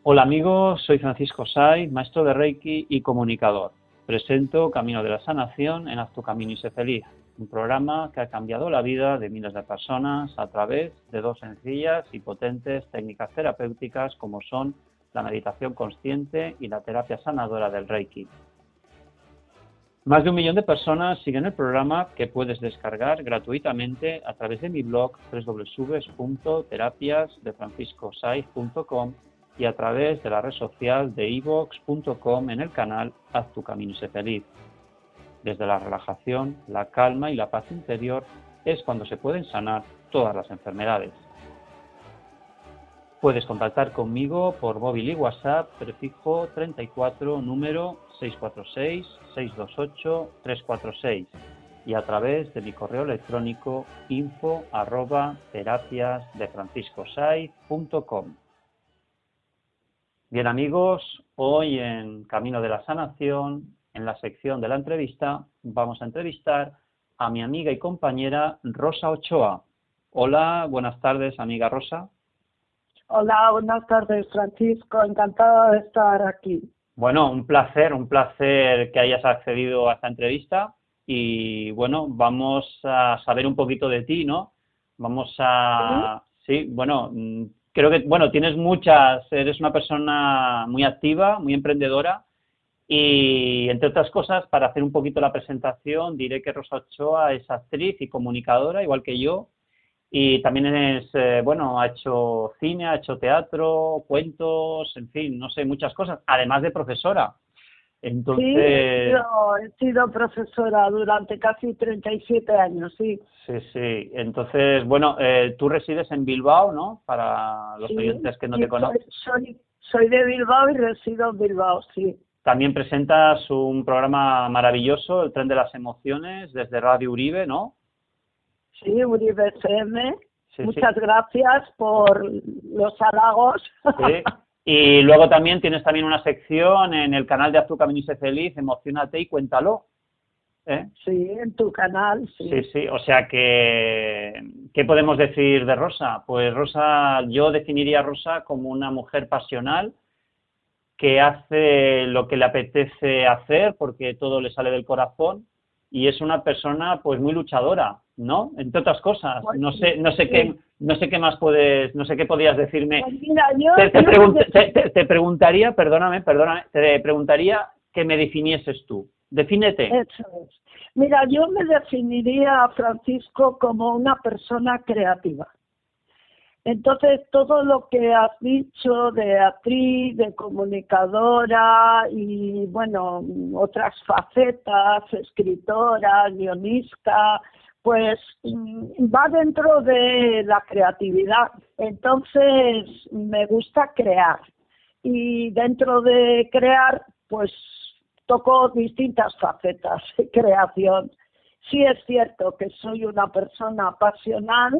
Hola amigos, soy Francisco Saiz, maestro de Reiki y comunicador. Presento Camino de la Sanación en Haz tu camino y sé feliz, un programa que ha cambiado la vida de miles de personas a través de dos sencillas y potentes técnicas terapéuticas como son la meditación consciente y la terapia sanadora del Reiki. Más de 1 millón de personas siguen el programa, que puedes descargar gratuitamente a través de mi blog www.terapiasdefranciscosaiz.com y a través de la red social de iVoox.com en el canal Haz tu camino y sé feliz. Desde la relajación, la calma y la paz interior es cuando se pueden sanar todas las enfermedades. Puedes contactar conmigo por móvil y WhatsApp, prefijo 34, número 646-628-346 y a través de mi correo electrónico info@terapiasdefranciscosaiz.com. Bien amigos, hoy en Camino de la Sanación, en la sección de la entrevista, vamos a entrevistar a mi amiga y compañera Rosa Ochoa. Hola, buenas tardes, amiga Rosa. Hola, buenas tardes, Francisco. Encantada de estar aquí. Bueno, un placer que hayas accedido a esta entrevista y bueno, vamos a saber un poquito de ti, ¿no? Vamos a... Sí, bueno, creo que, bueno, eres una persona muy activa, muy emprendedora y, entre otras cosas, para hacer un poquito la presentación, diré que Rosa Ochoa es actriz y comunicadora, igual que yo. Y también ha hecho cine, ha hecho teatro, cuentos, en fin, no sé, muchas cosas, además de profesora. Entonces... Sí, he sido profesora durante casi 37 años, sí. Sí. Entonces, bueno, tú resides en Bilbao, ¿no? Para los oyentes que no te conocen. Soy de Bilbao y resido en Bilbao, sí. También presentas un programa maravilloso, El Tren de las Emociones, desde Radio Uribe, ¿no? Sí, Uribe FM. Muchas gracias por los halagos. Sí. Y luego tienes una sección en el canal de Haz tu camino y sé feliz, Emociónate y cuéntalo. Sí, en tu canal, sí. Sí, o sea que... ¿Qué podemos decir de Rosa? Pues Rosa, yo definiría a Rosa como una mujer pasional que hace lo que le apetece hacer porque todo le sale del corazón y es una persona pues muy luchadora, ¿no? Entre otras cosas. No sé qué más no sé qué podías decirme. Pues mira, te preguntaría, perdóname, te preguntaría que me definieses tú. Defínete. Eso es. Mira, yo me definiría, Francisco, como una persona creativa. Entonces, todo lo que has dicho de actriz, de comunicadora y, bueno, otras facetas, escritora, guionista, pues va dentro de la creatividad. Entonces, me gusta crear. Y dentro de crear, pues toco distintas facetas de creación. Sí es cierto que soy una persona pasional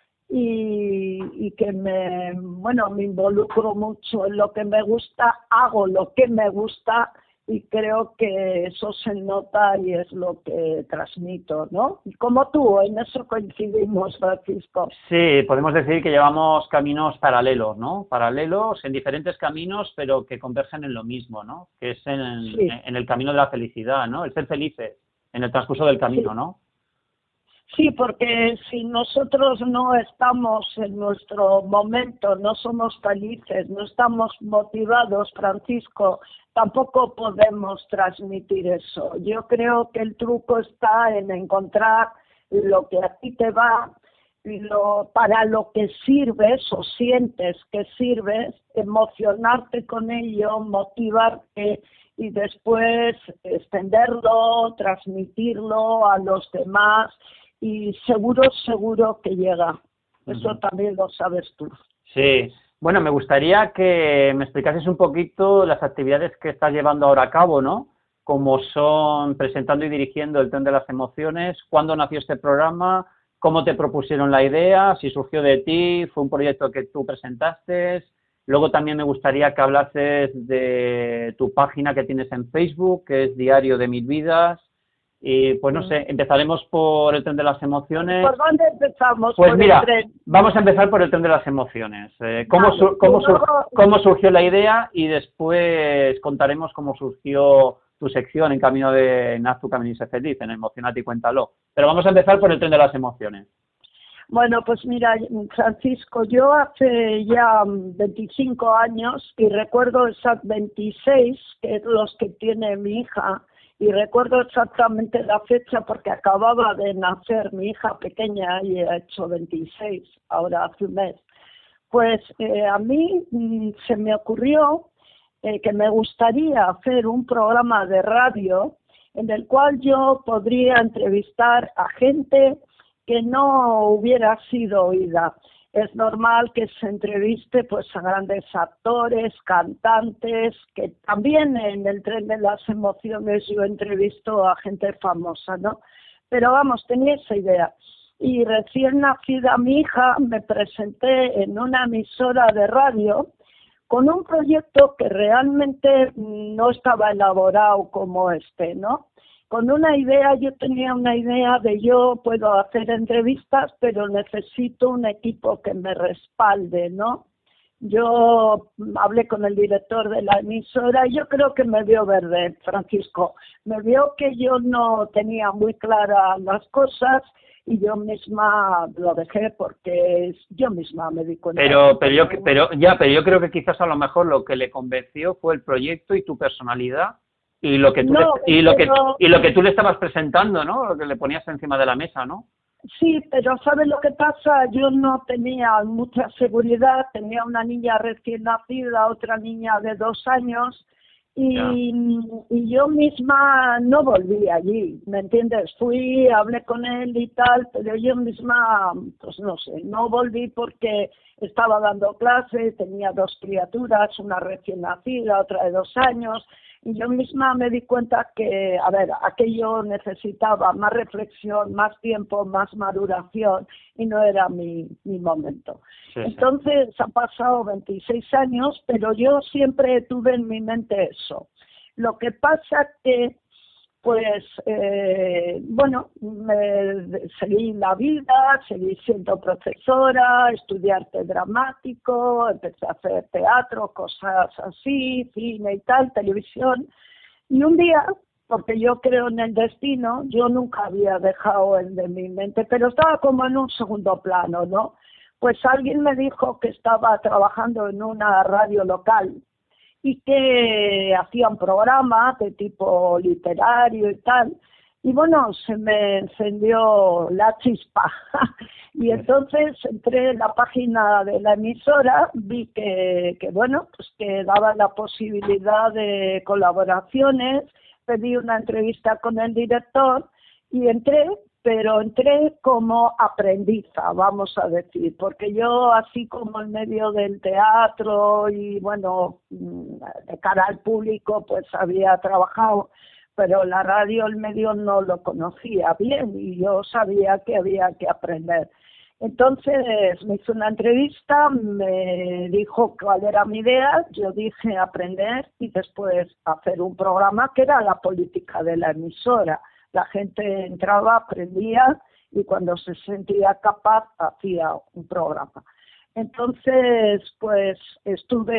y que me involucro mucho en lo que me gusta, hago lo que me gusta y creo que eso se nota y es lo que transmito, ¿no? Y como tú, en eso coincidimos, Francisco. Sí, podemos decir que llevamos caminos paralelos, ¿no? Paralelos en diferentes caminos, pero que convergen en lo mismo, ¿no? Que es en el camino de la felicidad, ¿no? El ser felices en el transcurso del camino, ¿no? Sí, porque si nosotros no estamos en nuestro momento, no somos felices, no estamos motivados, Francisco, tampoco podemos transmitir eso. Yo creo que el truco está en encontrar lo que a ti te va, para lo que sirves o sientes que sirves, emocionarte con ello, motivarte y después extenderlo, transmitirlo a los demás. Y seguro que llega. Eso también lo sabes tú. Sí. Bueno, me gustaría que me explicases un poquito las actividades que estás llevando ahora a cabo, ¿no? Como son presentando y dirigiendo El Tren de las Emociones. ¿Cuándo nació este programa? ¿Cómo te propusieron la idea? ¿Si surgió de ti? ¿Fue un proyecto que tú presentaste? Luego también me gustaría que hablases de tu página que tienes en Facebook, que es Diario de Mil Vidas. Y pues no sé, empezaremos por el tren de las emociones. ¿Por dónde empezamos? Pues ¿Por mira, el tren? vamos a empezar por el tren de las emociones. Vale, y luego- ¿Cómo surgió la idea? Y después contaremos cómo surgió tu sección en Camino de Haz tu camino y sé feliz, en Emocionate y Cuéntalo. Pero vamos a empezar por el tren de las emociones. Bueno, pues mira, Francisco, yo hace ya 25 años y recuerdo esas 26, que es los que tiene mi hija, y recuerdo exactamente la fecha porque acababa de nacer mi hija pequeña y ha hecho 26, ahora hace un mes. Pues a mí se me ocurrió que me gustaría hacer un programa de radio en el cual yo podría entrevistar a gente que no hubiera sido oída. Es normal que se entreviste pues a grandes actores, cantantes, que también en el tren de las emociones yo entrevisto a gente famosa, ¿no? Pero vamos, tenía esa idea. Y recién nacida mi hija me presenté en una emisora de radio con un proyecto que realmente no estaba elaborado como este, ¿no? Con una idea, yo tenía una idea de yo puedo hacer entrevistas, pero necesito un equipo que me respalde, ¿no? Yo hablé con el director de la emisora y yo creo que me vio verde, Francisco. Me vio que yo no tenía muy claras las cosas y yo misma lo dejé porque yo misma me di cuenta. Pero yo creo que quizás a lo mejor lo que le convenció fue el proyecto y tu personalidad y lo que tú No, y lo que tú le estabas presentando, ¿no? Lo que le ponías encima de la mesa, ¿no? sí, pero ¿sabes lo que pasa? Yo no tenía mucha seguridad, tenía una niña recién nacida, otra niña de 2 años, y yo misma no volví allí, ¿me entiendes? Fui, hablé con él y tal, pero yo misma, pues no sé, no volví porque estaba dando clase, tenía 2 criaturas, una recién nacida, otra de 2 años, y yo misma me di cuenta que, a ver, aquello necesitaba más reflexión, más tiempo, más maduración, y no era mi momento. Sí, Entonces, han pasado 26 años, pero yo siempre tuve en mi mente eso. Lo que pasa que pues bueno, seguí la vida, seguí siendo profesora, estudié arte dramático, empecé a hacer teatro, cosas así, cine y tal, televisión. Y un día, porque yo creo en el destino, yo nunca había dejado el de mi mente, pero estaba como en un segundo plano, ¿no? Pues alguien me dijo que estaba trabajando en una radio local y que hacían programas de tipo literario y tal. Y bueno, se me encendió la chispa. Y entonces entré en la página de la emisora, vi que bueno, pues que daba la posibilidad de colaboraciones, pedí una entrevista con el director y entré, pero entré como aprendiza, vamos a decir, porque yo así como en medio del teatro y bueno, de cara al público pues había trabajado, pero la radio, el medio no lo conocía bien y yo sabía que había que aprender. Entonces me hizo una entrevista, me dijo cuál era mi idea, yo dije aprender y después hacer un programa que era la política de la emisora. La gente entraba, aprendía y cuando se sentía capaz hacía un programa. Entonces, pues he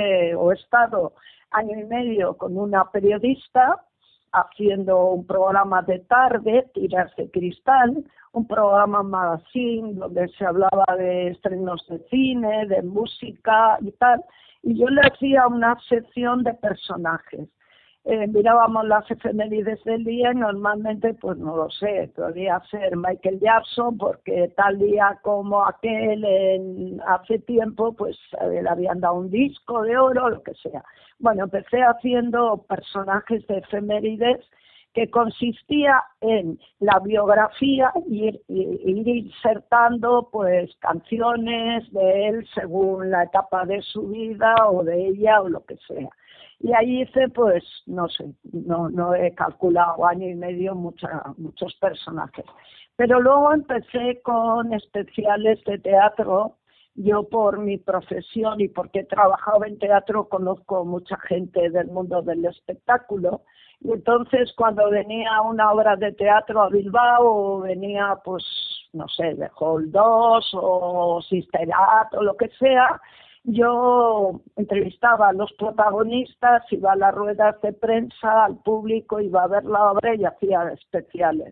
estado 1 año y medio con una periodista haciendo un programa de tarde, Tiras de Cristal, un programa magazine donde se hablaba de estrenos de cine, de música y tal, y yo le hacía una sección de personajes. Mirábamos las efemérides del día y normalmente, pues no lo sé, podría ser Michael Jackson porque tal día como aquel hace tiempo, pues le habían dado un disco de oro, lo que sea. Bueno, empecé haciendo personajes de efemérides que consistía en la biografía y ir insertando pues canciones de él según la etapa de su vida o de ella o lo que sea. Y ahí hice, pues, no sé, no he calculado 1 año y medio muchos personajes. Pero luego empecé con especiales de teatro. Yo por mi profesión y porque he trabajado en teatro conozco mucha gente del mundo del espectáculo Y entonces cuando venía una obra de teatro a Bilbao, o venía, pues, no sé, de Hall 2 o Sister Act o lo que sea, yo entrevistaba a los protagonistas, iba a las ruedas de prensa, al público, iba a ver la obra y hacía especiales.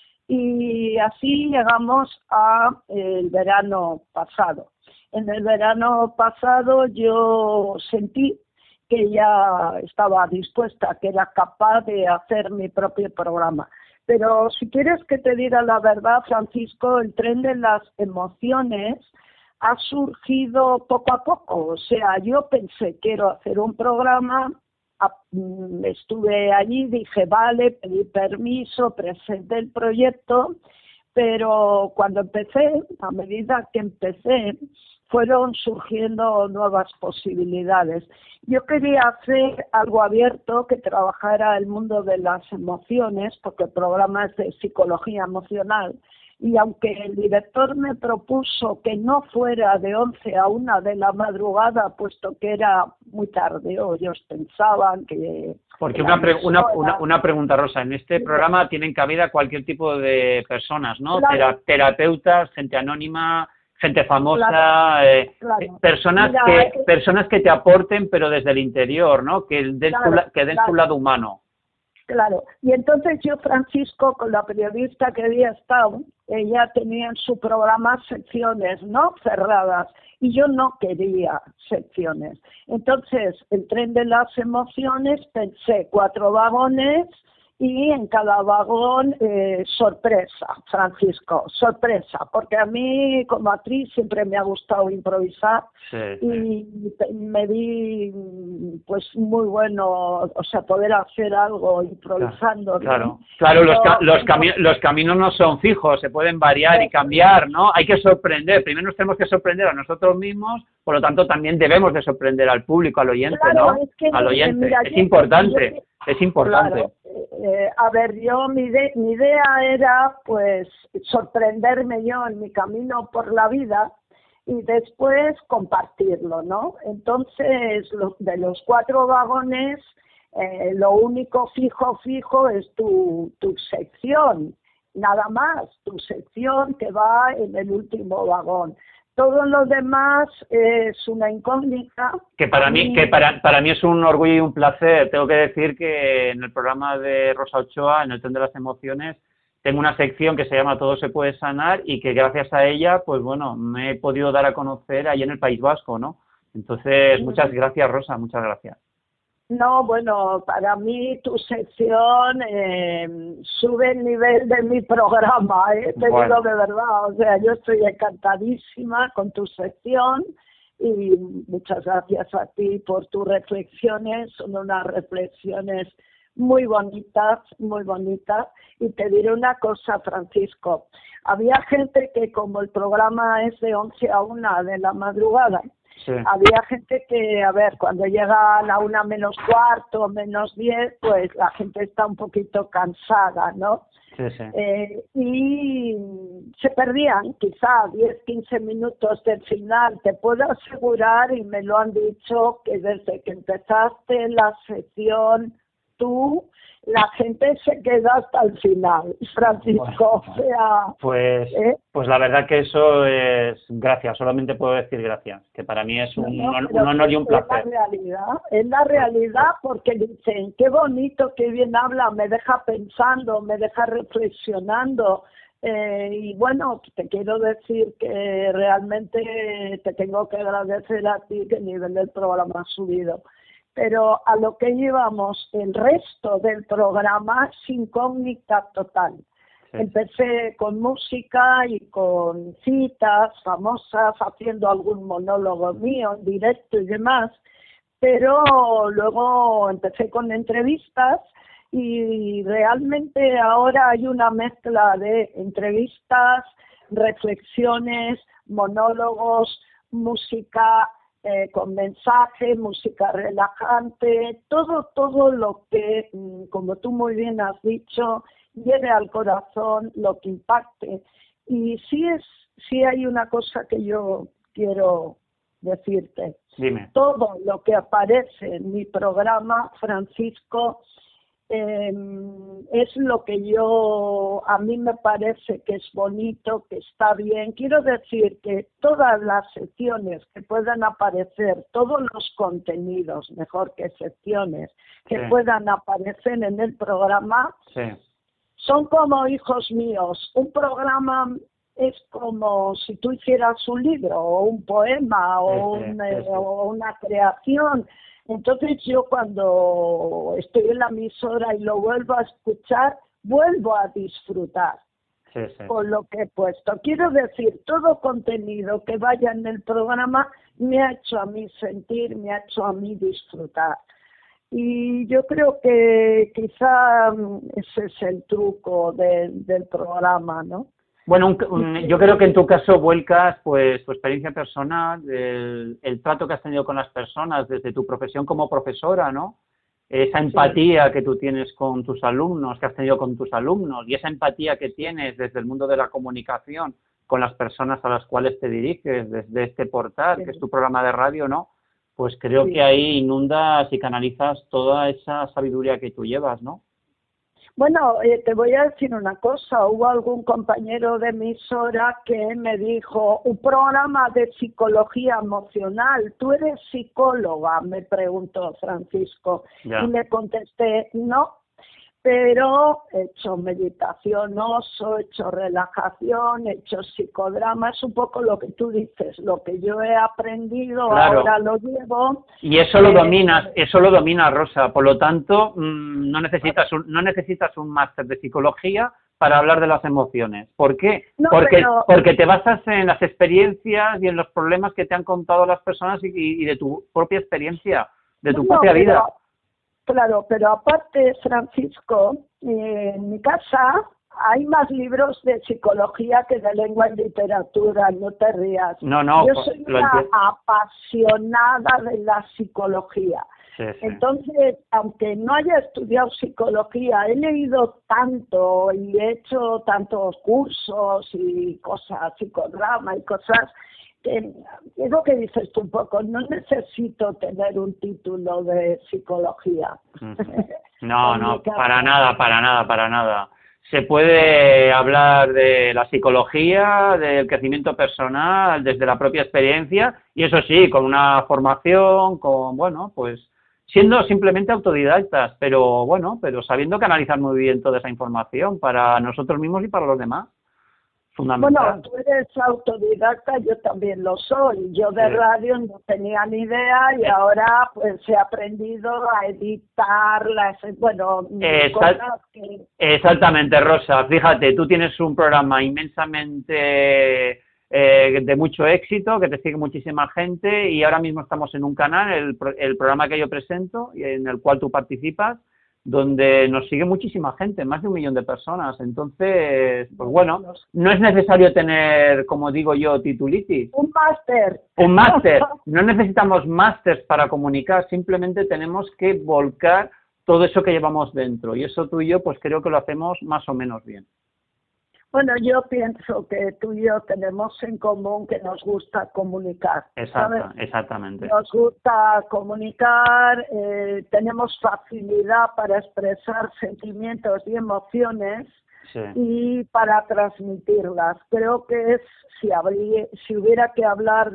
Y así llegamos a el verano pasado. En el verano pasado yo sentí que ya estaba dispuesta, que era capaz de hacer mi propio programa. Pero si quieres que te diga la verdad, Francisco, el tren de las emociones ha surgido poco a poco. O sea, yo pensé, quiero hacer un programa, estuve allí, dije, vale, pedí permiso, presenté el proyecto, pero cuando empecé, a medida que empecé, fueron surgiendo nuevas posibilidades. Yo quería hacer algo abierto que trabajara el mundo de las emociones, porque el programa es de psicología emocional, y aunque el director me propuso que no fuera de 11 a 1 de la madrugada, puesto que era muy tarde, o ellos pensaban que... Porque una pregunta, Rosa, en este programa tienen cabida cualquier tipo de personas, ¿no? Claro. Terapeutas, gente anónima, gente famosa, claro. personas que te aporten, pero desde el interior, ¿no? Que den su lado humano. Claro, y entonces yo, Francisco, con la periodista que había estado, ella tenía en su programa secciones, ¿no?, cerradas, y yo no quería secciones. Entonces, el tren de las emociones, pensé 4 vagones y en cada vagón sorpresa, Francisco, sorpresa, porque a mí como actriz siempre me ha gustado improvisar. Y me di pues muy bueno, o sea, poder hacer algo improvisando. Claro, los caminos no son fijos, se pueden variar y cambiar, ¿no? Hay que sorprender, primero nos tenemos que sorprender a nosotros mismos, por lo tanto también debemos de sorprender al público, al oyente, claro, ¿no? Es que, al oyente, mira, es importante. Claro, a ver, yo mi idea era pues sorprenderme yo en mi camino por la vida y después compartirlo, ¿no? Entonces, de los 4 vagones, lo único fijo es tu sección, nada más, tu sección que va en el último vagón. Todo lo demás es una incógnita. Que para mí es un orgullo y un placer. Tengo que decir que en el programa de Rosa Ochoa, en el tren de las emociones, tengo una sección que se llama Todo se puede sanar y que gracias a ella, pues bueno, me he podido dar a conocer ahí en el País Vasco, ¿no? Entonces, muchas gracias, Rosa, muchas gracias. No, bueno, para mí tu sección sube el nivel de mi programa, te digo de verdad, o sea, yo estoy encantadísima con tu sección y muchas gracias a ti por tus reflexiones, son unas reflexiones muy bonitas, y te diré una cosa, Francisco, había gente que como el programa es de 11 a 1 de la madrugada, sí. Había gente que, a ver, cuando llegan a 1 menos cuarto, menos 10, pues la gente está un poquito cansada, ¿no? Sí, sí. Y se perdían quizá 10, 15 minutos del final. Te puedo asegurar, y me lo han dicho, que desde que empezaste la sección, tú, la gente se queda hasta el final, Francisco. Bueno, o sea, pues la verdad que eso es gracias, solamente puedo decir gracias, que para mí es un honor y un placer. Es la realidad porque dicen, qué bonito, qué bien habla, me deja pensando, me deja reflexionando. Y bueno, te quiero decir que realmente te tengo que agradecer a ti que el nivel del programa ha subido. Pero a lo que llevamos el resto del programa es incógnita total. Sí. Empecé con música y con citas famosas, haciendo algún monólogo mío en directo y demás, pero luego empecé con entrevistas y realmente ahora hay una mezcla de entrevistas, reflexiones, monólogos, música, con mensaje, música relajante, todo lo que, como tú muy bien has dicho, lleve al corazón, lo que impacte. Y sí hay una cosa que yo quiero decirte. Dime. Todo lo que aparece en mi programa, Francisco, es lo que a mí me parece que es bonito, que está bien. Quiero decir que todas las secciones que puedan aparecer, todos los contenidos, mejor que secciones, que puedan aparecer en el programa, son como hijos míos. Un programa es como si tú hicieras un libro o un poema o una creación. Entonces yo cuando estoy en la emisora y lo vuelvo a escuchar, vuelvo a disfrutar con lo que he puesto. Quiero decir, todo contenido que vaya en el programa me ha hecho a mí sentir, me ha hecho a mí disfrutar. Y yo creo que quizá ese es el truco del programa, ¿no? Bueno, yo creo que en tu caso vuelcas pues tu experiencia personal, el trato que has tenido con las personas desde tu profesión como profesora, ¿no? Esa empatía que tú tienes con tus alumnos, que has tenido con tus alumnos, y esa empatía que tienes desde el mundo de la comunicación con las personas a las cuales te diriges, desde este portal, que es tu programa de radio, ¿no? Pues creo que ahí inundas y canalizas toda esa sabiduría que tú llevas, ¿no? Bueno, te voy a decir una cosa. Hubo algún compañero de emisora que me dijo, un programa de psicología emocional. ¿Tú eres psicóloga?, me preguntó Francisco. Y le contesté, no, pero he hecho meditación oso, he hecho relajación, he hecho psicodrama. Es un poco lo que tú dices, lo que yo he aprendido, ahora lo llevo. Y eso lo dominas, Rosa. Por lo tanto, no necesitas un máster de psicología para hablar de las emociones. ¿Por qué? Porque te basas en las experiencias y en los problemas que te han contado las personas y de tu propia experiencia, de tu propia vida. Claro, pero aparte, Francisco, en mi casa hay más libros de psicología que de lengua y literatura, no te rías. No, yo soy una apasionada de la psicología. Entonces, aunque no haya estudiado psicología, he leído tanto y he hecho tantos cursos y cosas, psicodrama y cosas, es lo que dices tú un poco, no necesito tener un título de psicología. No, para nada. Se puede hablar de la psicología, del crecimiento personal, desde la propia experiencia, y eso sí, con una formación, pues siendo simplemente autodidactas, pero sabiendo canalizar muy bien toda esa información para nosotros mismos y para los demás. Fundamental. Bueno, tú eres autodidacta, yo también lo soy. Yo de radio no tenía ni idea y ahora pues he aprendido a editar cosas que... Exactamente, Rosa. Fíjate, tú tienes un programa inmensamente de mucho éxito, que te sigue muchísima gente, y ahora mismo estamos en un canal, el programa que yo presento y en el cual tú participas, donde nos sigue muchísima gente, más de 1 millón de personas. Entonces, pues bueno, no es necesario tener, como digo yo, titulitis. Un máster. Un máster. No necesitamos másters para comunicar, simplemente tenemos que volcar todo eso que llevamos dentro. Y eso tú y yo, pues creo que lo hacemos más o menos bien. Bueno, yo pienso que tú y yo tenemos en común que nos gusta comunicar. Exactamente. Nos gusta comunicar, tenemos facilidad para expresar sentimientos y emociones y para transmitirlas. Creo que si hubiera que hablar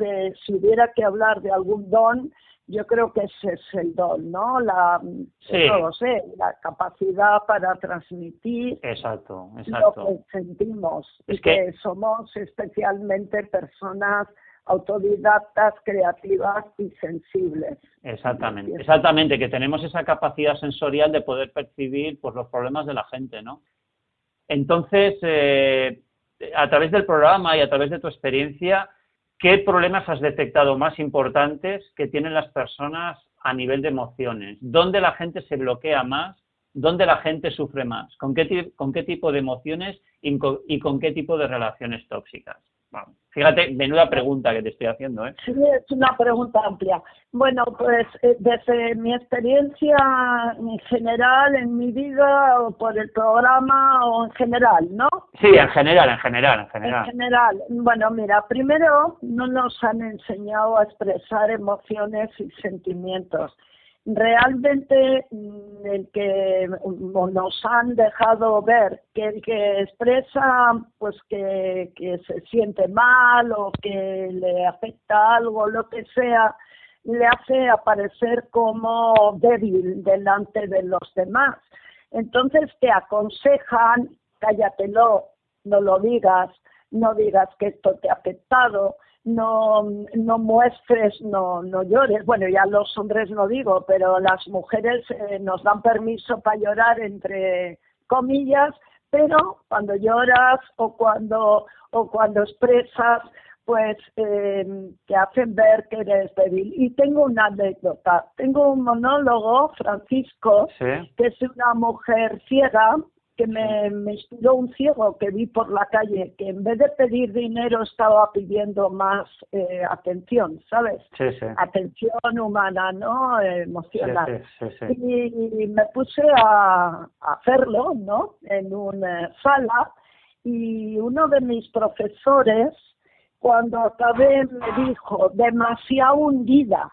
de algún don, yo creo que ese es el don, ¿no? No lo sé, la capacidad para transmitir Exacto. lo que sentimos. Es que somos especialmente personas autodidactas, creativas y sensibles. Exactamente, que tenemos esa capacidad sensorial de poder percibir pues los problemas de la gente, ¿no? Entonces, a través del programa y a través de tu experiencia, ¿qué problemas has detectado más importantes que tienen las personas a nivel de emociones? ¿Dónde la gente se bloquea más? ¿Dónde la gente sufre más? ¿Con qué tipo de emociones y con qué tipo de relaciones tóxicas? Bueno, fíjate, menuda pregunta que te estoy haciendo, ¿eh? Sí, es una pregunta amplia. Bueno, pues desde mi experiencia en general, en mi vida, o por el programa, o en general, ¿no? Sí, en general. En general. Bueno, mira, primero no nos han enseñado a expresar emociones y sentimientos. realmente el que nos han dejado ver que el que expresa pues que se siente mal o que le afecta algo, lo que sea, le hace aparecer como débil delante de los demás. Entonces te aconsejan, cállatelo, no lo digas, no digas que esto te ha afectado, no muestres, no llores. Bueno, ya los hombres no digo, pero las mujeres nos dan permiso para llorar entre comillas, pero cuando lloras o cuando expresas, pues te hacen ver que eres débil. Y tengo una anécdota. Tengo un monólogo, Francisco, Sí. que es una mujer ciega, que me inspiró un ciego que vi por la calle, que en vez de pedir dinero estaba pidiendo más atención, ¿sabes? Sí, sí. Atención humana, ¿no? Emocional. Sí, sí, sí. Y me puse a hacerlo, ¿no? En una sala, y uno de mis profesores, cuando acabé, me dijo, demasiado hundida.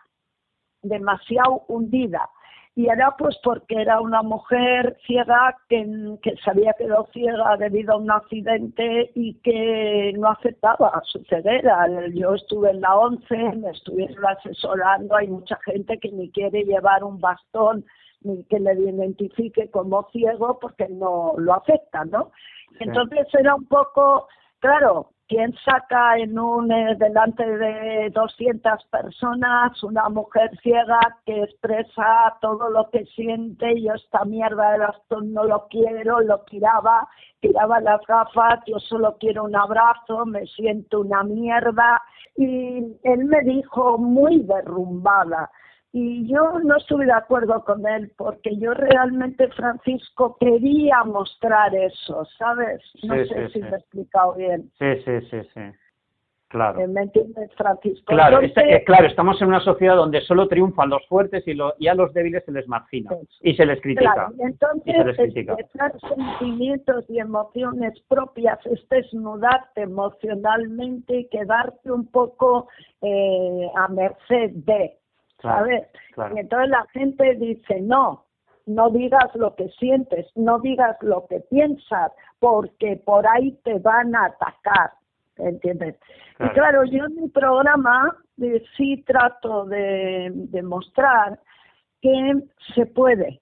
Y era pues porque era una mujer ciega que se había quedado ciega debido a un accidente y que no aceptaba su ceguera. Yo estuve en la 11, me estuvieron asesorando, hay mucha gente que ni quiere llevar un bastón ni que le identifique como ciego porque no lo acepta, ¿no? Sí. Entonces era un poco, claro, ¿quién saca en delante de 200 personas una mujer ciega que expresa todo lo que siente? Yo esta mierda de bastón no lo quiero, lo tiraba las gafas, yo solo quiero un abrazo, me siento una mierda. Y él me dijo muy derrumbada. Y yo no estuve de acuerdo con él porque yo realmente, Francisco, quería mostrar eso, ¿sabes? No sé si me he explicado bien. Sí. Claro. ¿Me entiendes, Francisco? Claro, Entonces, claro, estamos en una sociedad donde solo triunfan los fuertes y a los débiles se les margina y se les critica. Claro, entonces expresar sentimientos y emociones propias es desnudarte emocionalmente y quedarte un poco a merced de, ¿sabes? Claro. Y entonces la gente dice, no digas lo que sientes, no digas lo que piensas, porque por ahí te van a atacar, ¿entiendes? Claro. Y claro, yo en mi programa sí trato de mostrar que se puede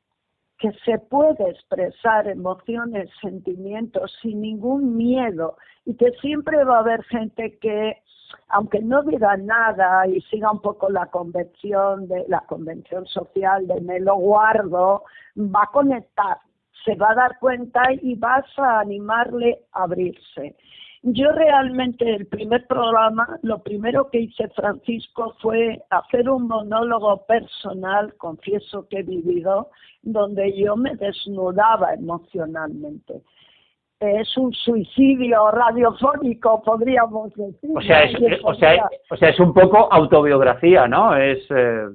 expresar emociones, sentimientos sin ningún miedo y que siempre va a haber gente que, aunque no diga nada y siga un poco la convención social de me lo guardo, va a conectar, se va a dar cuenta y vas a animarle a abrirse. Yo realmente el primer programa, lo primero que hice, Francisco, fue hacer un monólogo personal, confieso que he vivido, donde yo me desnudaba emocionalmente. Es un suicidio radiofónico, podríamos decir. O sea, es un poco autobiografía, ¿no? Es el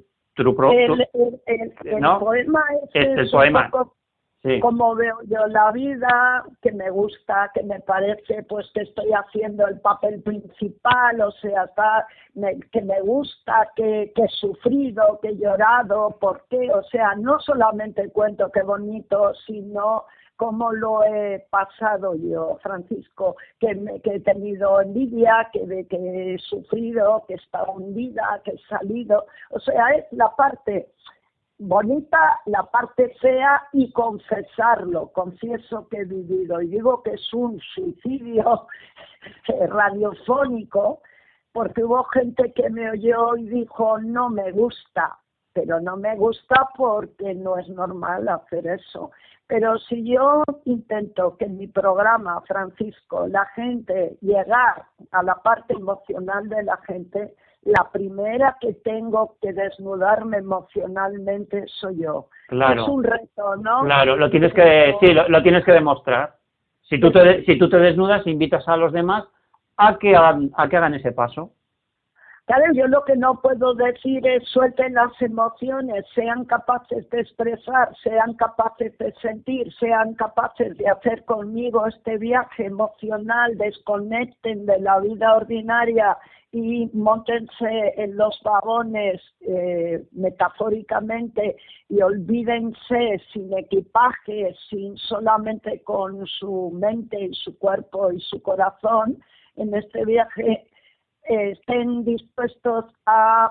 poema es un poco sí. Como veo yo la vida, que me gusta, que me parece pues que estoy haciendo el papel principal, o sea, que me gusta, que he sufrido, que he llorado, ¿por qué? O sea, no solamente cuento qué bonito, sino cómo lo he pasado yo, Francisco, que he tenido envidia, que he sufrido, que he estado hundida, que he salido, o sea, es la parte bonita, la parte fea y confesarlo, confieso que he vivido y digo que es un suicidio radiofónico porque hubo gente que me oyó y dijo no me gusta, pero no me gusta porque no es normal hacer eso. Pero si yo intento que en mi programa, Francisco, la gente llegar a la parte emocional de la gente, la primera que tengo que desnudarme emocionalmente soy yo. Claro. Es un reto, ¿no? Claro, lo tienes que demostrar. Si tú te desnudas, invitas a los demás a que hagan ese paso. Claro, yo lo que no puedo decir es suelten las emociones, sean capaces de expresar, sean capaces de sentir, sean capaces de hacer conmigo este viaje emocional, desconecten de la vida ordinaria y móntense en los vagones metafóricamente y olvídense sin equipaje, sin solamente con su mente y su cuerpo y su corazón en este viaje, estén dispuestos a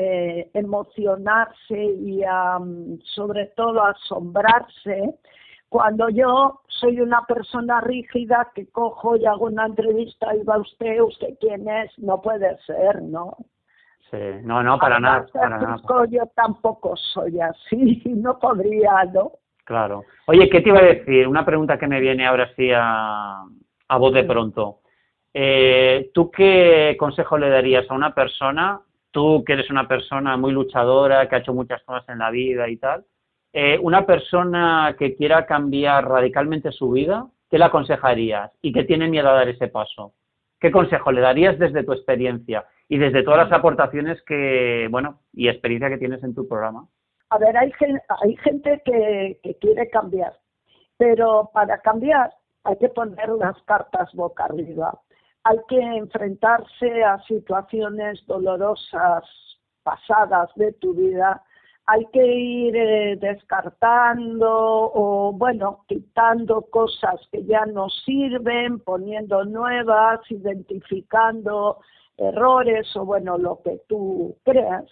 emocionarse y a, sobre todo, a asombrarse. Cuando yo soy una persona rígida que cojo y hago una entrevista y va usted quién es, no puede ser, ¿no? Sí, no, para nada. Yo tampoco soy así, no podría, ¿no? Claro. Oye, ¿qué te iba a decir? Una pregunta que me viene ahora sí a voz de pronto. ¿Tú qué consejo le darías a una persona, tú que eres una persona muy luchadora, que ha hecho muchas cosas en la vida y tal, una persona que quiera cambiar radicalmente su vida, ¿qué le aconsejarías y que tiene miedo a dar ese paso? ¿Qué consejo le darías desde tu experiencia y desde todas las aportaciones que, bueno, y experiencia que tienes en tu programa? A ver, hay gente que quiere cambiar, pero para cambiar hay que poner las cartas boca arriba. Hay que enfrentarse a situaciones dolorosas pasadas de tu vida. Hay que ir descartando o, bueno, quitando cosas que ya no sirven, poniendo nuevas, identificando errores o, bueno, lo que tú creas.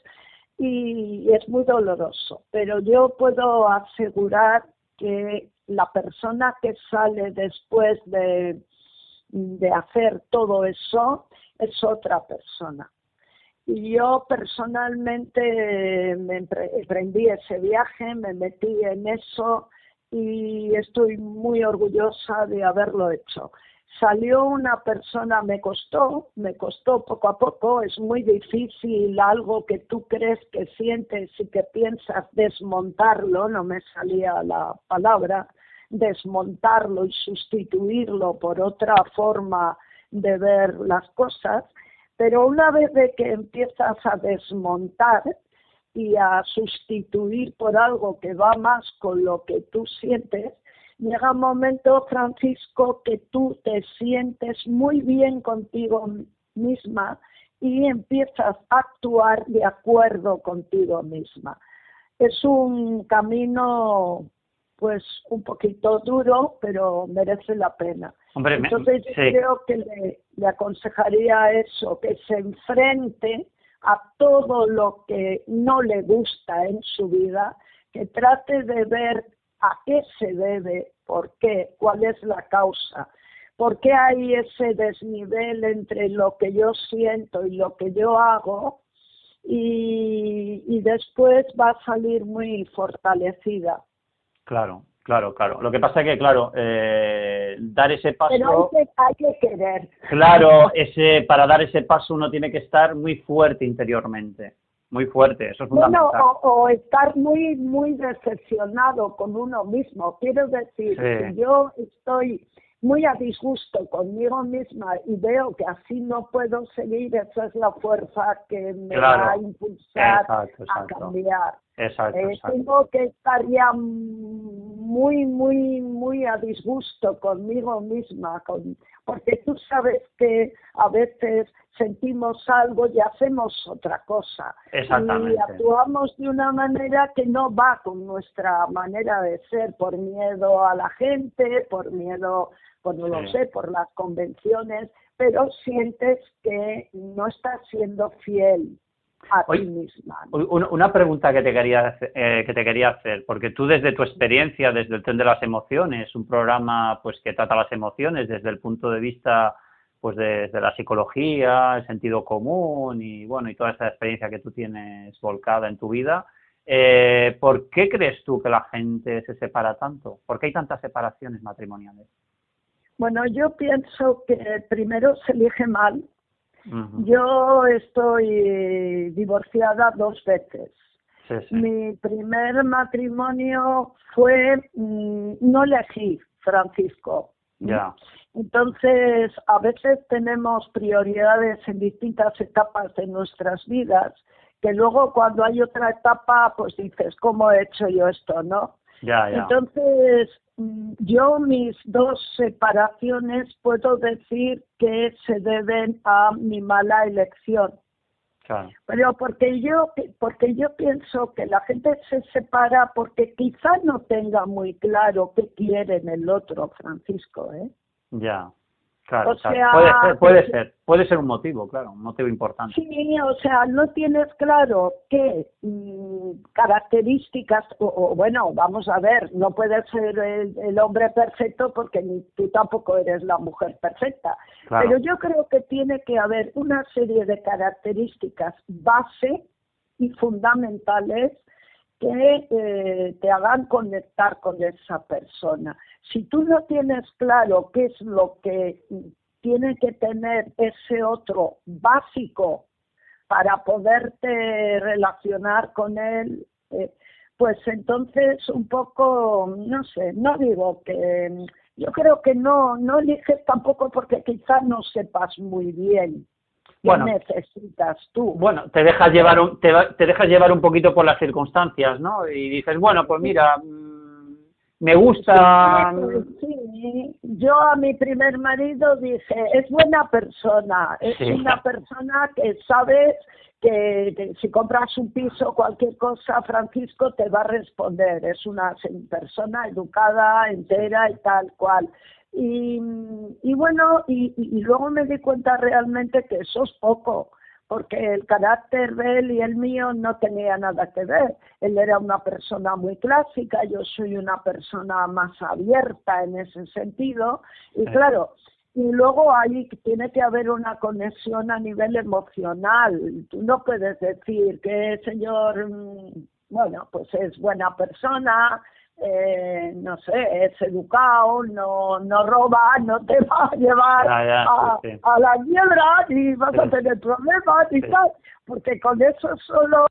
Y es muy doloroso, pero yo puedo asegurar que la persona que sale después de hacer todo eso es otra persona. Y yo personalmente emprendí ese viaje, me metí en eso y estoy muy orgullosa de haberlo hecho. Salió una persona, me costó poco a poco, es muy difícil algo que tú crees que sientes y que piensas desmontarlo, no me salía la palabra, desmontarlo y sustituirlo por otra forma de ver las cosas, pero una vez de que empiezas a desmontar y a sustituir por algo que va más con lo que tú sientes, llega un momento, Francisco, que tú te sientes muy bien contigo misma y empiezas a actuar de acuerdo contigo misma. Es un camino, pues, un poquito duro, pero merece la pena. Hombre, entonces yo creo que le aconsejaría eso, que se enfrente a todo lo que no le gusta en su vida, que trate de ver a qué se debe, por qué, cuál es la causa, por qué hay ese desnivel entre lo que yo siento y lo que yo hago, y después va a salir muy fortalecida. Claro. Lo que pasa es que, claro, dar ese paso... Pero hay que querer. Claro, para dar ese paso uno tiene que estar muy fuerte interiormente, muy fuerte, eso es fundamental. Bueno, o estar muy, muy decepcionado con uno mismo. Quiero decir, si yo estoy muy a disgusto conmigo misma y veo que así no puedo seguir, esa es la fuerza que me va a impulsar a cambiar. Exacto. Tengo que estar ya muy, muy, muy a disgusto conmigo misma, porque tú sabes que a veces sentimos algo y hacemos otra cosa. Exactamente. Y actuamos de una manera que no va con nuestra manera de ser, por miedo a la gente, por miedo, pues no lo sé, por las convenciones, pero sientes que no estás siendo fiel a ti misma. Una pregunta que te quería hacer, porque tú desde tu experiencia, desde el Tren de las Emociones, un programa pues que trata las emociones desde el punto de vista pues desde la psicología, el sentido común y bueno y toda esa experiencia que tú tienes volcada en tu vida, ¿por qué crees tú que la gente se separa tanto? ¿Por qué hay tantas separaciones matrimoniales? Bueno, yo pienso que primero se elige mal. Uh-huh. Yo estoy divorciada 2 veces. Sí. Mi primer matrimonio fue, no elegí, Francisco. Ya. Entonces, a veces tenemos prioridades en distintas etapas de nuestras vidas, que luego cuando hay otra etapa, pues dices, ¿cómo he hecho yo esto, no? Ya, ya. Entonces, yo mis 2 separaciones puedo decir que se deben a mi mala elección. Claro. Pero porque yo pienso que la gente se separa porque quizá no tenga muy claro qué quiere en el otro, Francisco, ¿eh? Ya. Claro, O claro. sea, Puede ser un motivo, claro, un motivo importante. sí, o sea, no tienes claro qué características, o bueno, vamos a ver, no puedes ser el hombre perfecto porque ni tú tampoco eres la mujer perfecta. Claro. Pero yo creo que tiene que haber una serie de características base y fundamentales que te hagan conectar con esa persona. Si tú no tienes claro qué es lo que tiene que tener ese otro básico para poderte relacionar con él, pues entonces un poco, no sé, no digo que, yo creo que no eliges tampoco porque quizás no sepas muy bien qué necesitas tú. Bueno, te dejas llevar te dejas llevar un poquito por las circunstancias, ¿no? Y dices, bueno, pues mira, me gusta. Sí, yo a mi primer marido dije, es buena persona, es Sí. una persona que sabes que si compras un piso, cualquier cosa, Francisco te va a responder, es una persona educada, entera y tal cual. Y bueno, y luego me di cuenta realmente que eso es poco, porque el carácter de él y el mío no tenía nada que ver. Él era una persona muy clásica, yo soy una persona más abierta en ese sentido, y claro, y luego ahí tiene que haber una conexión a nivel emocional. Tú no puedes decir que el señor, bueno, pues es buena persona, no sé, es educado, no roba, no te va a llevar a la quiebra ni vas a tener problemas y tal, porque con eso solo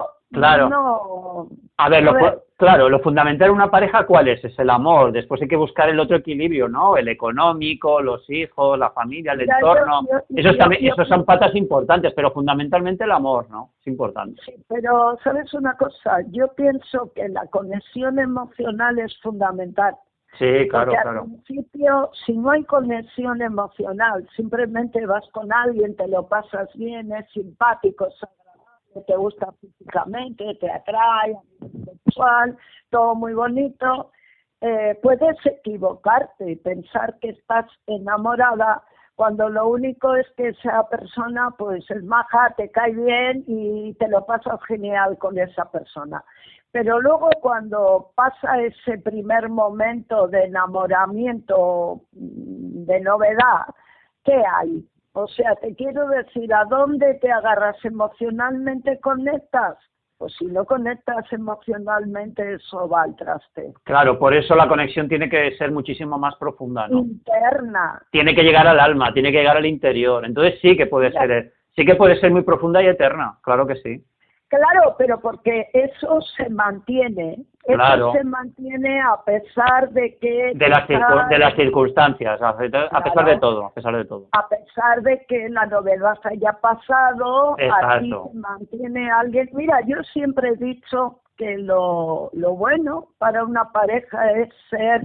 no... A ver, lo fundamental en una pareja, ¿cuál es? Es el amor. Después hay que buscar el otro equilibrio, ¿no? El económico, los hijos, la familia, el entorno. Esos son patas importantes, pero fundamentalmente el amor, ¿no? Es importante. Sí, pero ¿sabes una cosa? Yo pienso que la conexión emocional es fundamental. Sí, claro, porque claro. Al principio, si no hay conexión emocional, simplemente vas con alguien, te lo pasas bien, es simpático, es agradable, te gusta físicamente, te atrae, sexual, todo muy bonito, puedes equivocarte y pensar que estás enamorada cuando lo único es que esa persona pues es maja, te cae bien y te lo pasas genial con esa persona. Pero luego cuando pasa ese primer momento de enamoramiento, de novedad, ¿qué hay? O sea, te quiero decir, ¿a dónde te agarras emocionalmente? ¿Conectas? Pues si no conectas emocionalmente, eso va al traste. Claro, por eso la conexión tiene que ser muchísimo más profunda, ¿no? Interna. Tiene que llegar al alma, tiene que llegar al interior. Entonces sí que puede ser muy profunda y eterna, claro que sí. Claro, pero porque eso se mantiene. Claro. Eso se mantiene a pesar de que... De las circunstancias, a pesar de todo, a pesar de todo. A pesar de que la novedad haya pasado, aquí Exacto. se mantiene alguien. Mira, yo siempre he dicho que lo bueno para una pareja es ser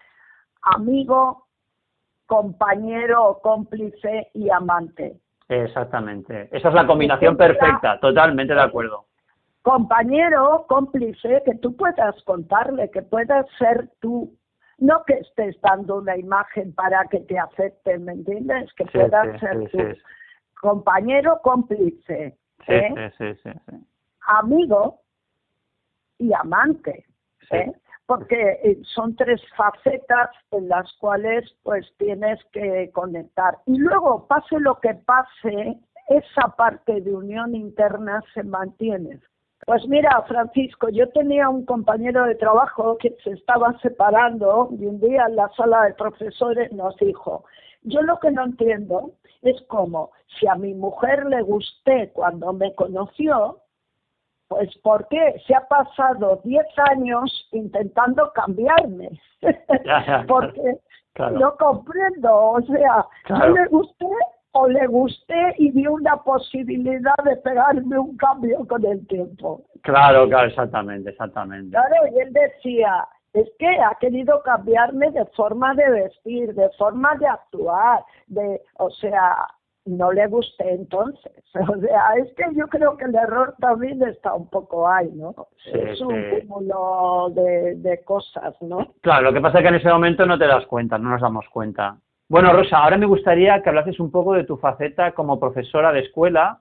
amigo, compañero, cómplice y amante. Exactamente. Esa es la combinación perfecta, totalmente de acuerdo. Compañero, cómplice, que tú puedas contarle, que puedas ser tú. No que estés dando una imagen para que te acepten, ¿me entiendes? Que puedas ser tú. Sí. Compañero, cómplice. Sí. Amigo y amante. Porque son 3 facetas en las cuales pues tienes que conectar. Y luego, pase lo que pase, esa parte de unión interna se mantiene. Pues mira, Francisco, yo tenía un compañero de trabajo que se estaba separando y un día en la sala de profesores nos dijo, yo lo que no entiendo es cómo, si a mi mujer le gusté cuando me conoció, pues ¿por qué? Se ha pasado 10 años intentando cambiarme. Porque no comprendo, o sea, yo le gusté o le gusté y vi una posibilidad de pegarme un cambio con el tiempo. Claro, exactamente. Claro, y él decía, Es que ha querido cambiarme de forma de vestir, de forma de actuar, o sea, no le gusté entonces. O sea, es que yo creo que el error también está un poco ahí, ¿no? Sí, es un sí. cúmulo de cosas, ¿no? Claro, lo que pasa es que en ese momento no te das cuenta, no nos damos cuenta. Bueno, Rosa, ahora me gustaría que hablases un poco de tu faceta como profesora de escuela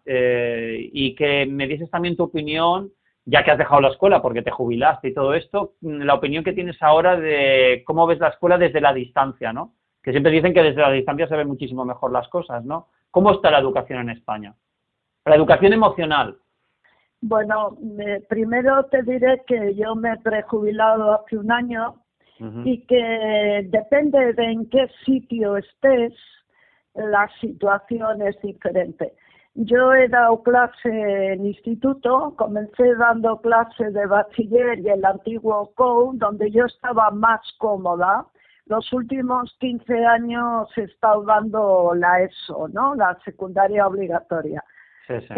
y que me dieses también tu opinión, ya que has dejado la escuela porque te jubilaste y todo esto, la opinión que tienes ahora de cómo ves la escuela desde la distancia, ¿no? Que siempre dicen que desde la distancia se ven muchísimo mejor las cosas, ¿no? ¿Cómo está la educación en España? La educación emocional. Bueno, primero te diré que yo me he prejubilado hace un año Uh-huh. y que depende de en qué sitio estés, la situación es diferente. Yo he dado clase en instituto, comencé dando clase de bachiller y el antiguo COU, donde yo estaba más cómoda. Los últimos 15 años he estado dando la ESO, ¿no? La secundaria obligatoria. Sí, sí.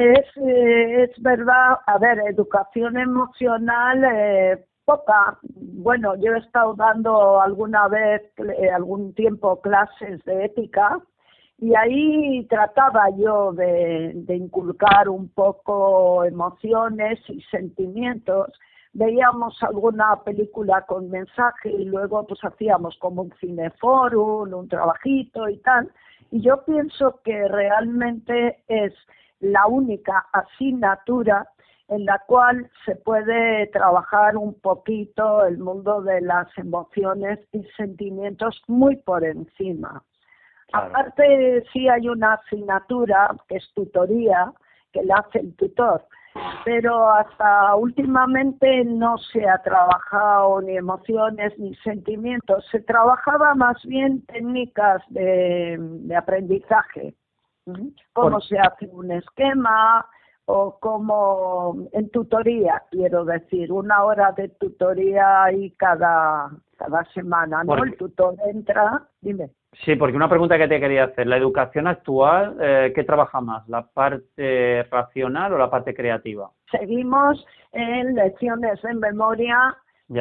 Es verdad, a ver, educación emocional, poca. Bueno, yo he estado dando alguna vez, algún tiempo, clases de ética y ahí trataba yo de inculcar un poco emociones y sentimientos. Veíamos alguna película con mensaje y luego pues hacíamos como un cineforum, un trabajito y tal. Y yo pienso que realmente es la única asignatura en la cual se puede trabajar un poquito el mundo de las emociones y sentimientos muy por encima. Claro. Aparte, sí hay una asignatura que es tutoría, que la hace el tutor, pero hasta últimamente no se ha trabajado ni emociones ni sentimientos, se trabajaba más bien técnicas de aprendizaje. Cómo se hace un esquema o cómo en tutoría, quiero decir, 1 hora de tutoría ahí cada semana, ¿no? El tutor entra, dime. Sí, porque una pregunta que te quería hacer, ¿la educación actual qué trabaja más, la parte racional o la parte creativa? Seguimos en lecciones en memoria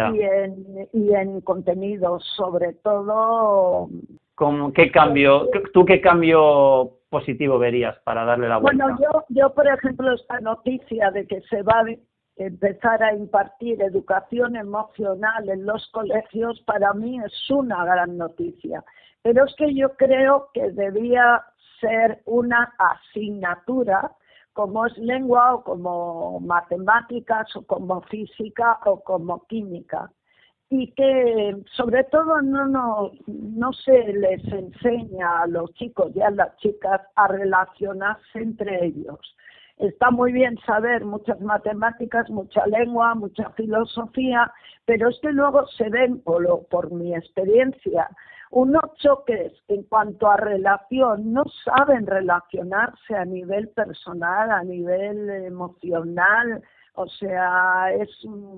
y en contenidos, sobre todo. ¿Qué cambio, tú qué cambio positivo verías para darle la vuelta? Bueno, yo por ejemplo, esta noticia de que se va a empezar a impartir educación emocional en los colegios, para mí es una gran noticia. Pero es que yo creo que debía ser una asignatura, como es lengua o como matemáticas o como física o como química. Y que sobre todo no se les enseña a los chicos y a las chicas a relacionarse entre ellos. Está muy bien saber muchas matemáticas, mucha lengua, mucha filosofía, pero es que luego se ven, por mi experiencia, unos choques en cuanto a relación, no saben relacionarse a nivel personal, a nivel emocional. O sea, es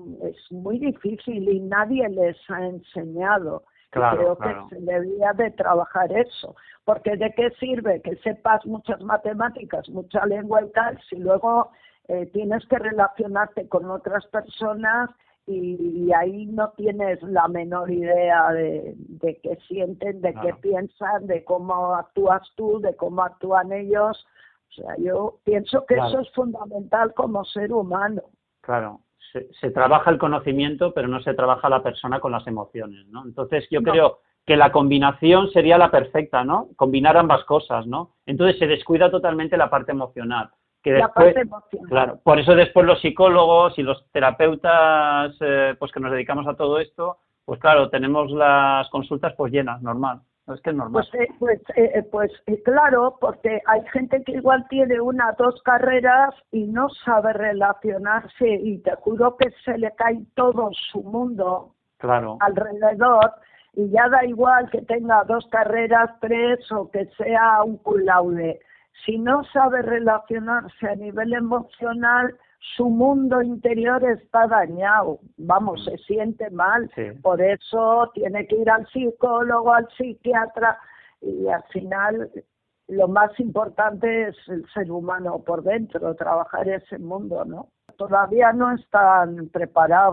muy difícil y nadie les ha enseñado. Claro, Creo que se debía de trabajar eso, porque ¿de qué sirve que sepas muchas matemáticas, mucha lengua y tal, si luego tienes que relacionarte con otras personas y ahí no tienes la menor idea de qué sienten, de qué piensan, de cómo actúas tú, de cómo actúan ellos? O sea, yo pienso que eso es fundamental como ser humano. Claro, se trabaja el conocimiento, pero no se trabaja la persona con las emociones, ¿no? Entonces yo creo que la combinación sería la perfecta, ¿no? Combinar ambas cosas, ¿no? Entonces se descuida totalmente la parte emocional. Que después, la parte emocional. Claro, por eso después los psicólogos y los terapeutas, pues que nos dedicamos a todo esto, pues claro, tenemos las consultas pues llenas, normal. Es que es normal. Pues claro, porque hay gente que igual tiene 1 o 2 carreras y no sabe relacionarse y te juro que se le cae todo su mundo alrededor y ya da igual que tenga 2 carreras, 3 o que sea un cum laude. Si no sabe relacionarse a nivel emocional, su mundo interior está dañado, vamos, se siente mal, por eso tiene que ir al psicólogo, al psiquiatra, y al final lo más importante es el ser humano por dentro, trabajar ese mundo, ¿no? Todavía no están preparados.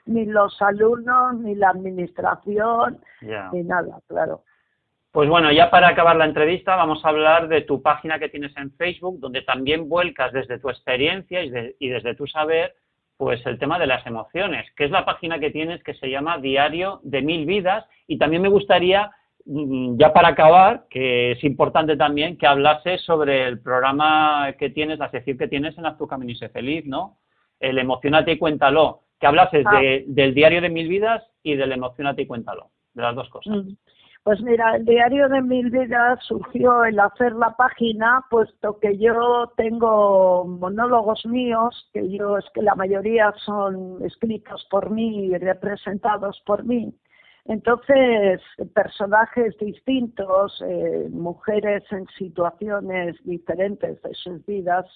ni los alumnos, ni la administración, Ya. ni nada, claro. Pues bueno, ya para acabar la entrevista vamos a hablar de tu página que tienes en Facebook, donde también vuelcas desde tu experiencia y desde tu saber, pues el tema de las emociones, que es la página que tienes que se llama Diario de 1000 Vidas. Y también me gustaría, ya para acabar, que es importante también que hablases sobre el programa que tienes, la sección que tienes en Haz tu camino y sé feliz, ¿no? El Emociónate y Cuéntalo, que hablases del Diario de 1000 Vidas y del Emociónate y Cuéntalo, de las dos cosas. Pues mira, el Diario de 1000 Vidas surgió el hacer la página, puesto que yo tengo monólogos míos, es que la mayoría son escritos por mí y representados por mí. Entonces, personajes distintos, mujeres en situaciones diferentes de sus vidas.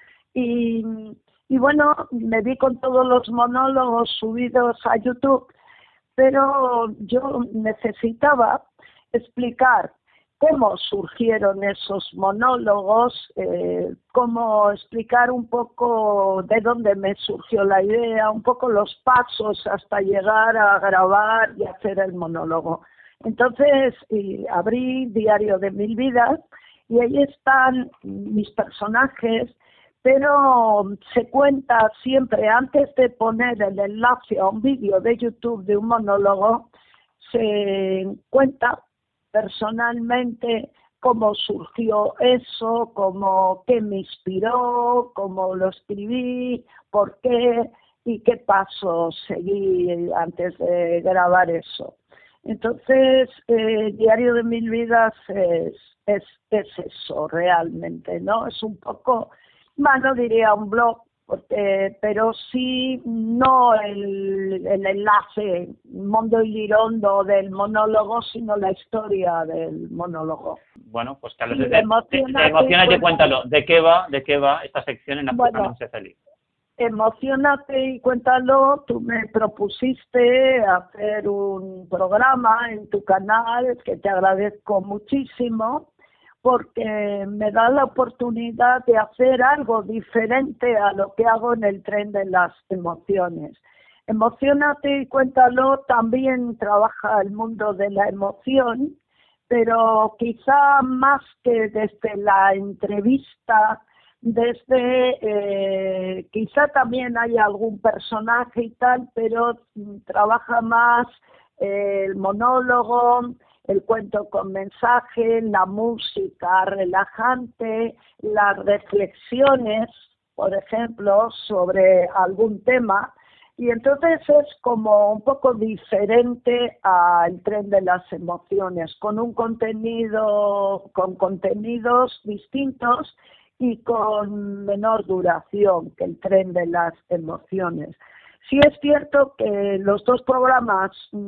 Y bueno, me vi con todos los monólogos subidos a YouTube, pero yo necesitaba explicar cómo surgieron esos monólogos, cómo explicar un poco de dónde me surgió la idea, un poco los pasos hasta llegar a grabar y hacer el monólogo. Entonces abrí Diario de 1000 Vidas y ahí están mis personajes, pero se cuenta siempre, antes de poner el enlace a un vídeo de YouTube de un monólogo, se cuenta personalmente cómo surgió eso, qué me inspiró, cómo lo escribí, por qué y qué pasos seguí antes de grabar eso. Entonces, Diario de 1000 Vidas es eso realmente, ¿no? Es un poco, no diría un blog, pero sí no el enlace Mondo y Lirondo del monólogo, sino la historia del monólogo. Bueno, pues que hables de Emociónate y Cuéntalo. ¿De qué va esta sección en Haz tu camino y sé feliz? Emociónate y Cuéntalo, tú me propusiste hacer un programa en tu canal, que te agradezco muchísimo, porque me da la oportunidad de hacer algo diferente a lo que hago en el tren de las emociones. Emociónate y Cuéntalo también trabaja el mundo de la emoción, pero quizá más que desde la entrevista, quizá también hay algún personaje y tal, pero trabaja más el monólogo, el cuento con mensaje, la música relajante, las reflexiones, por ejemplo, sobre algún tema. Y entonces es como un poco diferente al tren de las emociones, con contenidos distintos y con menor duración que el tren de las emociones. Sí es cierto que los dos programas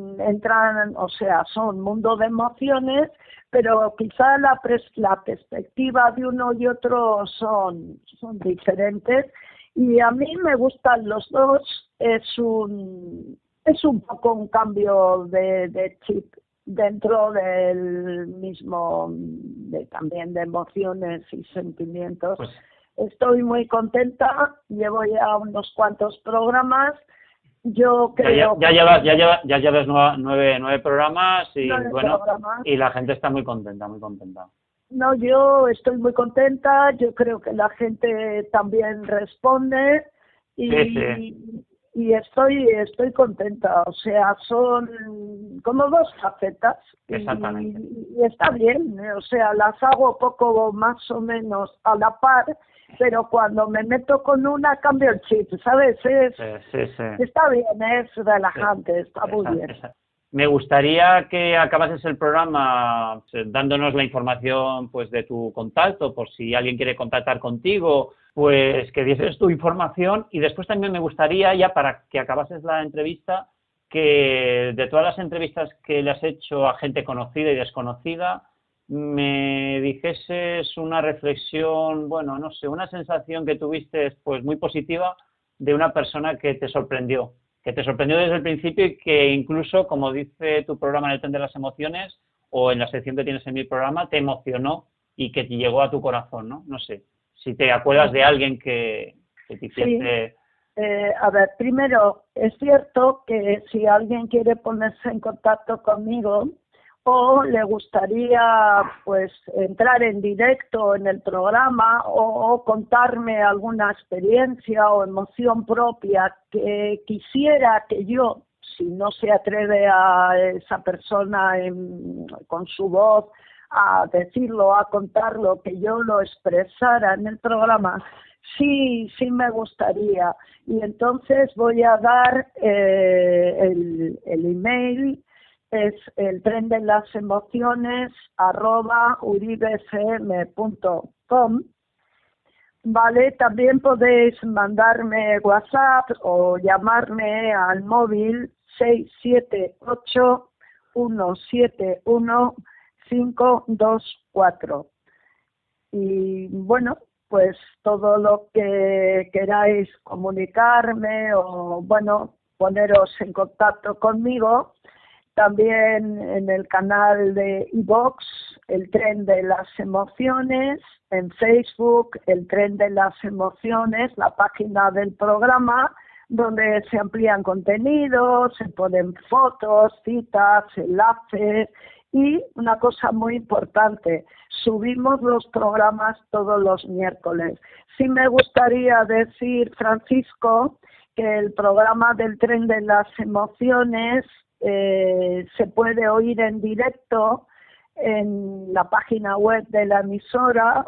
son mundo de emociones, pero quizá la perspectiva de uno y otro son diferentes. Y a mí me gustan los dos, es un poco un cambio de chip dentro del mismo, también de emociones y sentimientos. Pues estoy muy contenta, llevo ya unos cuantos programas. Yo creo ya llevas 9 programas y y la gente está muy contenta, muy contenta. No, yo estoy muy contenta, yo creo que la gente también responde y estoy contenta, o sea, son como dos facetas y está bien, o sea, las hago poco más o menos a la par, pero cuando me meto con una cambio el chip, ¿sabes? Está bien, es relajante, está muy bien. Me gustaría que acabases el programa dándonos la información pues de tu contacto, por si alguien quiere contactar contigo, pues que dieses tu información. Y después también me gustaría, ya para que acabases la entrevista, que de todas las entrevistas que le has hecho a gente conocida y desconocida, me dijeses una reflexión, bueno, no sé, una sensación que tuviste pues muy positiva de una persona que te sorprendió desde el principio y que incluso, como dice tu programa en el tren de las emociones o en la sección que tienes en mi programa, te emocionó y que te llegó a tu corazón, ¿no? No sé, si te acuerdas de alguien que te hiciese A ver, primero, es cierto que si alguien quiere ponerse en contacto conmigo o le gustaría pues entrar en directo en el programa o contarme alguna experiencia o emoción propia que quisiera que yo, si no se atreve a esa persona con su voz a decirlo, a contarlo, que yo lo expresara en el programa, sí me gustaría. Y entonces voy a dar el email, es el tren de las emociones @uribefm.com. Vale, también podéis mandarme WhatsApp o llamarme al móvil 678-171-524. Y bueno, pues todo lo que queráis comunicarme o bueno, poneros en contacto conmigo, también en el canal de iVoox, El Tren de las Emociones, en Facebook, El Tren de las Emociones, la página del programa, donde se amplían contenidos, se ponen fotos, citas, enlaces y una cosa muy importante, subimos los programas todos los miércoles. Sí me gustaría decir, Francisco, que el programa del Tren de las Emociones se puede oír en directo en la página web de la emisora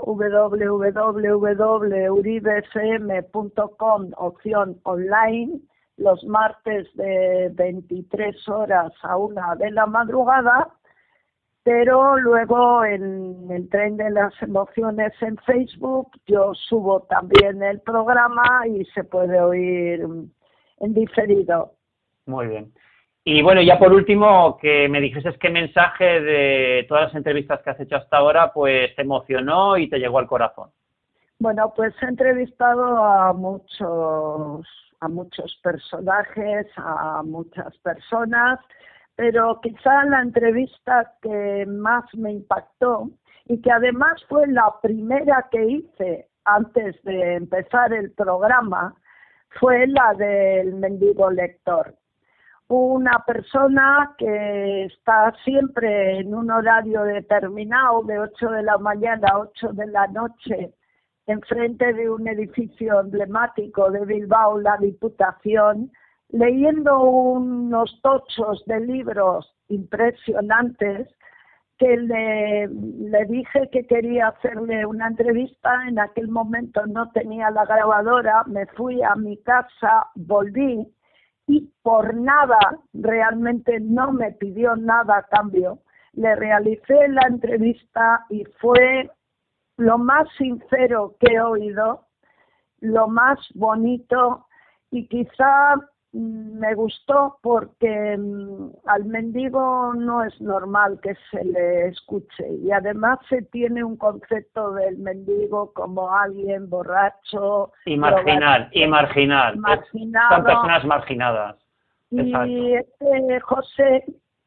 www.uribefm.com, opción online, los martes de 23 horas a 1 de la madrugada, pero luego en el Tren de las Emociones en Facebook yo subo también el programa y se puede oír en diferido. Muy bien. Y bueno, ya por último, que me dijeses qué mensaje de todas las entrevistas que has hecho hasta ahora, pues te emocionó y te llegó al corazón. Bueno, pues he entrevistado a muchos personajes, a muchas personas, pero quizá la entrevista que más me impactó y que además fue la primera que hice antes de empezar el programa fue la del mendigo lector. Una persona que está siempre en un horario determinado, de 8 de la mañana a 8 de la noche, enfrente de un edificio emblemático de Bilbao, la Diputación, leyendo unos tochos de libros impresionantes, que le dije que quería hacerle una entrevista. En aquel momento no tenía la grabadora, me fui a mi casa, volví, y por nada, realmente no me pidió nada a cambio. Le realicé la entrevista y fue lo más sincero que he oído, lo más bonito, y quizá me gustó porque al mendigo no es normal que se le escuche, y además se tiene un concepto del mendigo como alguien borracho y marginal. marginado. Son personas marginadas. Y José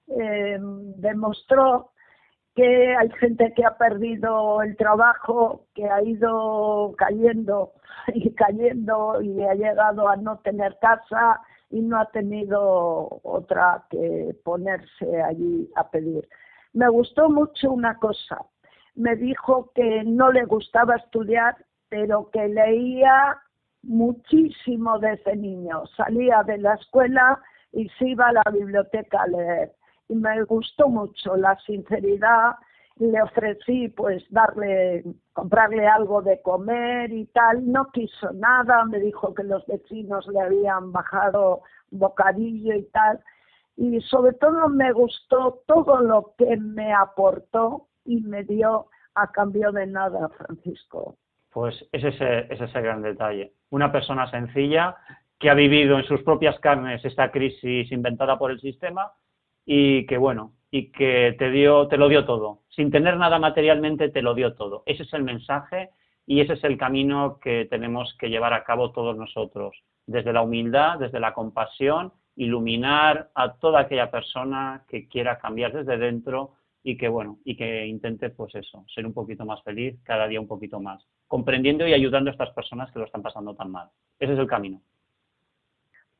demostró que hay gente que ha perdido el trabajo, que ha ido cayendo y cayendo y ha llegado a no tener casa y no ha tenido otra que ponerse allí a pedir. Me gustó mucho una cosa. Me dijo que no le gustaba estudiar, pero que leía muchísimo desde niño. Salía de la escuela y se iba a la biblioteca a leer. Y me gustó mucho la sinceridad. Le ofrecí pues comprarle algo de comer y tal. No quiso nada, me dijo que los vecinos le habían bajado bocadillo y tal. Y sobre todo me gustó todo lo que me aportó y me dio a cambio de nada, Francisco. Pues ese es el gran detalle. Una persona sencilla que ha vivido en sus propias carnes esta crisis inventada por el sistema y que bueno, y que te lo dio todo. Sin tener nada materialmente, te lo dio todo. Ese es el mensaje y ese es el camino que tenemos que llevar a cabo todos nosotros. Desde la humildad, desde la compasión, iluminar a toda aquella persona que quiera cambiar desde dentro y que bueno, y que intente pues eso, ser un poquito más feliz, cada día un poquito más, comprendiendo y ayudando a estas personas que lo están pasando tan mal. Ese es el camino.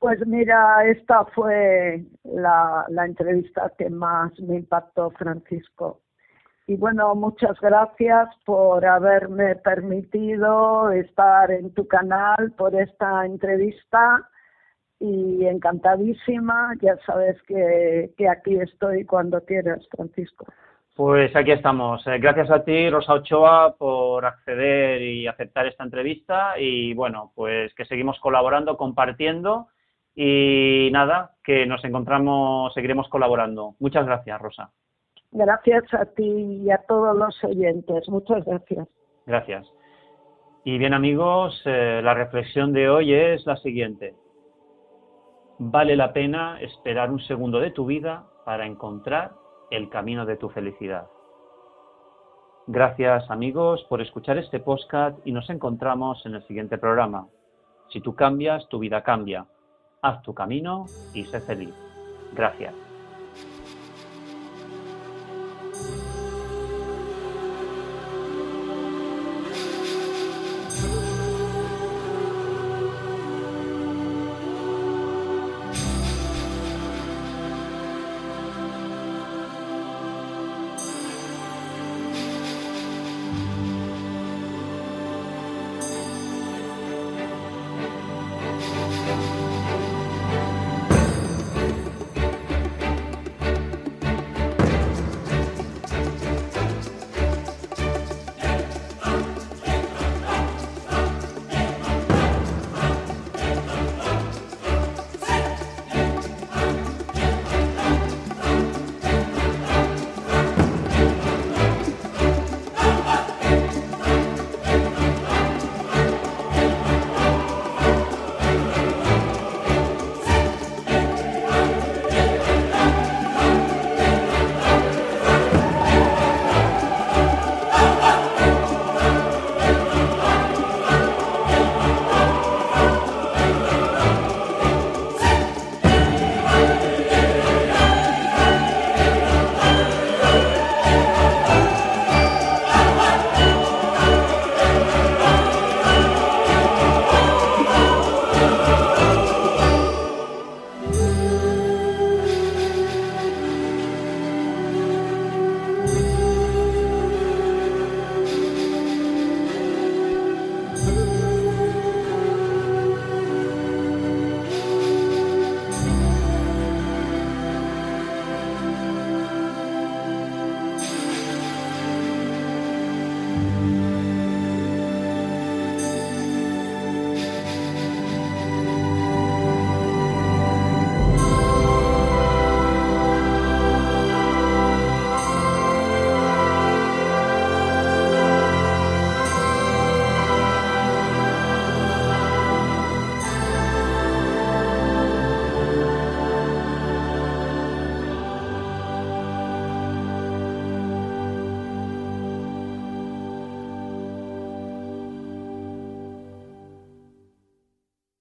Pues mira, esta fue la entrevista que más me impactó, Francisco. Y bueno, muchas gracias por haberme permitido estar en tu canal, por esta entrevista, y encantadísima. Ya sabes que aquí estoy cuando quieras, Francisco. Pues aquí estamos. Gracias a ti, Rosa Ochoa, por acceder y aceptar esta entrevista. Y bueno, pues que seguimos colaborando, compartiendo. Y nada, que nos encontramos, seguiremos colaborando. Muchas gracias, Rosa. Gracias a ti y a todos los oyentes. Muchas gracias. Gracias. Y bien, amigos, la reflexión de hoy es la siguiente. Vale la pena esperar un segundo de tu vida para encontrar el camino de tu felicidad. Gracias, amigos, por escuchar este podcast y nos encontramos en el siguiente programa. Si tú cambias, tu vida cambia. Haz tu camino y sé feliz. Gracias.